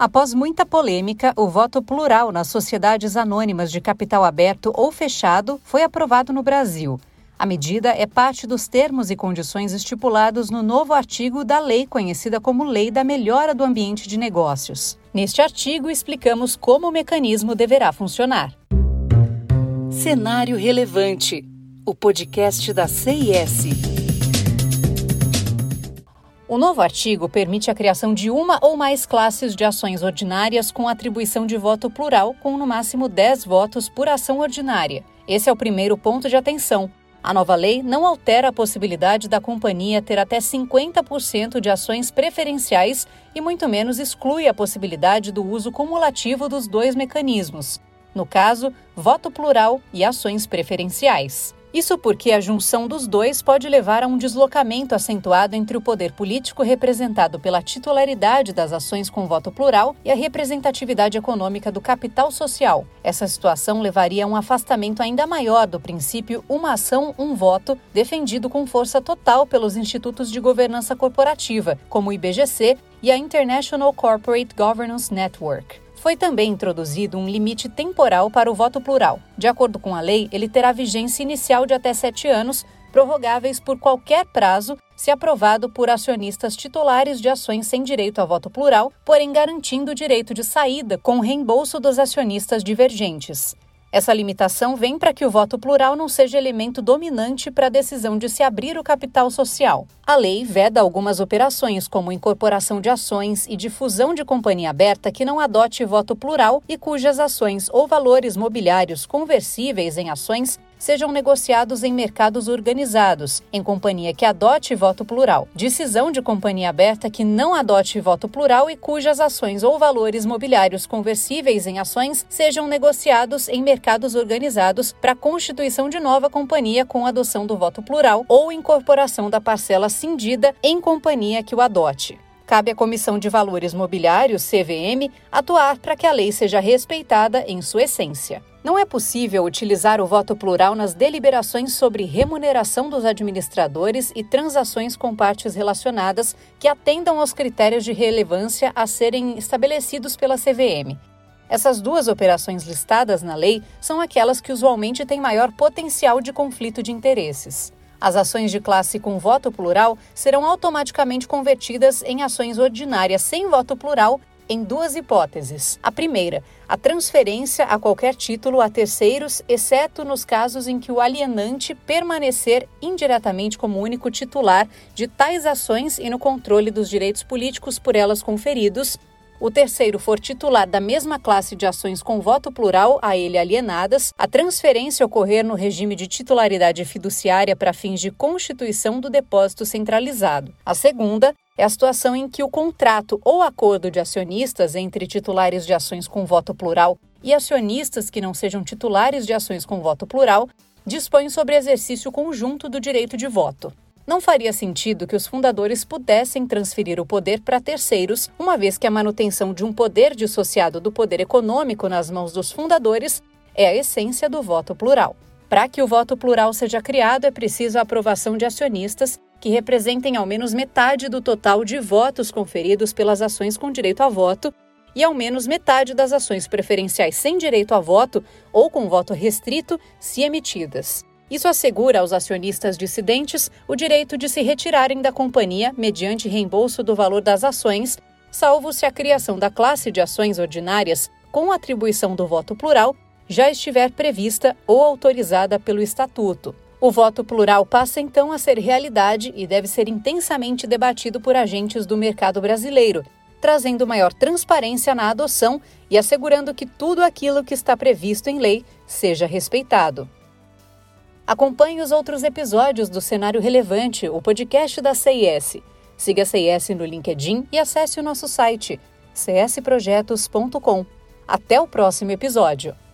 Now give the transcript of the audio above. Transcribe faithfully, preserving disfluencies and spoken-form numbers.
Após muita polêmica, o voto plural nas sociedades anônimas de capital aberto ou fechado foi aprovado no Brasil. A medida é parte dos termos e condições estipulados no novo artigo da lei conhecida como Lei da Melhora do Ambiente de Negócios. Neste artigo, explicamos como o mecanismo deverá funcionar. Cenário Relevante, o podcast da C I S. O novo artigo permite a criação de uma ou mais classes de ações ordinárias com atribuição de voto plural, com no máximo dez votos por ação ordinária. Esse é o primeiro ponto de atenção. A nova lei não altera a possibilidade da companhia ter até cinquenta por cento de ações preferenciais e muito menos exclui a possibilidade do uso cumulativo dos dois mecanismos. No caso, voto plural e ações preferenciais. Isso porque a junção dos dois pode levar a um deslocamento acentuado entre o poder político representado pela titularidade das ações com voto plural e a representatividade econômica do capital social. Essa situação levaria a um afastamento ainda maior do princípio uma ação, um voto, defendido com força total pelos institutos de governança corporativa, como o I B G C e a International Corporate Governance Network. Foi também introduzido um limite temporal para o voto plural. De acordo com a lei, ele terá vigência inicial de até sete anos, prorrogáveis por qualquer prazo, se aprovado por acionistas titulares de ações sem direito a voto plural, porém garantindo o direito de saída com reembolso dos acionistas divergentes. Essa limitação vem para que o voto plural não seja elemento dominante para a decisão de se abrir o capital social. A lei veda algumas operações, como incorporação de ações e difusão de companhia aberta que não adote voto plural e cujas ações ou valores mobiliários conversíveis em ações sejam negociados em mercados organizados, em companhia que adote voto plural. Decisão de companhia aberta que não adote voto plural e cujas ações ou valores mobiliários conversíveis em ações sejam negociados em mercados organizados para a constituição de nova companhia com adoção do voto plural ou incorporação da parcela cindida em companhia que o adote. Cabe à Comissão de Valores Mobiliários, C V M, atuar para que a lei seja respeitada em sua essência. Não é possível utilizar o voto plural nas deliberações sobre remuneração dos administradores e transações com partes relacionadas que atendam aos critérios de relevância a serem estabelecidos pela C V M. Essas duas operações listadas na lei são aquelas que usualmente têm maior potencial de conflito de interesses. As ações de classe com voto plural serão automaticamente convertidas em ações ordinárias sem voto plural em duas hipóteses. A primeira, a transferência a qualquer título a terceiros, exceto nos casos em que o alienante permanecer indiretamente como único titular de tais ações e no controle dos direitos políticos por elas conferidos. O terceiro for titular da mesma classe de ações com voto plural a ele alienadas, a transferência ocorrer no regime de titularidade fiduciária para fins de constituição do depósito centralizado. A segunda é a situação em que o contrato ou acordo de acionistas entre titulares de ações com voto plural e acionistas que não sejam titulares de ações com voto plural dispõe sobre exercício conjunto do direito de voto. Não faria sentido que os fundadores pudessem transferir o poder para terceiros, uma vez que a manutenção de um poder dissociado do poder econômico nas mãos dos fundadores é a essência do voto plural. Para que o voto plural seja criado, é preciso a aprovação de acionistas que representem ao menos metade do total de votos conferidos pelas ações com direito a voto e ao menos metade das ações preferenciais sem direito a voto ou com voto restrito, se emitidas. Isso assegura aos acionistas dissidentes o direito de se retirarem da companhia mediante reembolso do valor das ações, salvo se a criação da classe de ações ordinárias com atribuição do voto plural já estiver prevista ou autorizada pelo Estatuto. O voto plural passa então a ser realidade e deve ser intensamente debatido por agentes do mercado brasileiro, trazendo maior transparência na adoção e assegurando que tudo aquilo que está previsto em lei seja respeitado. Acompanhe os outros episódios do Cenário Relevante, o podcast da C I S. Siga a C I S no LinkedIn e acesse o nosso site c s projetos ponto com. Até o próximo episódio.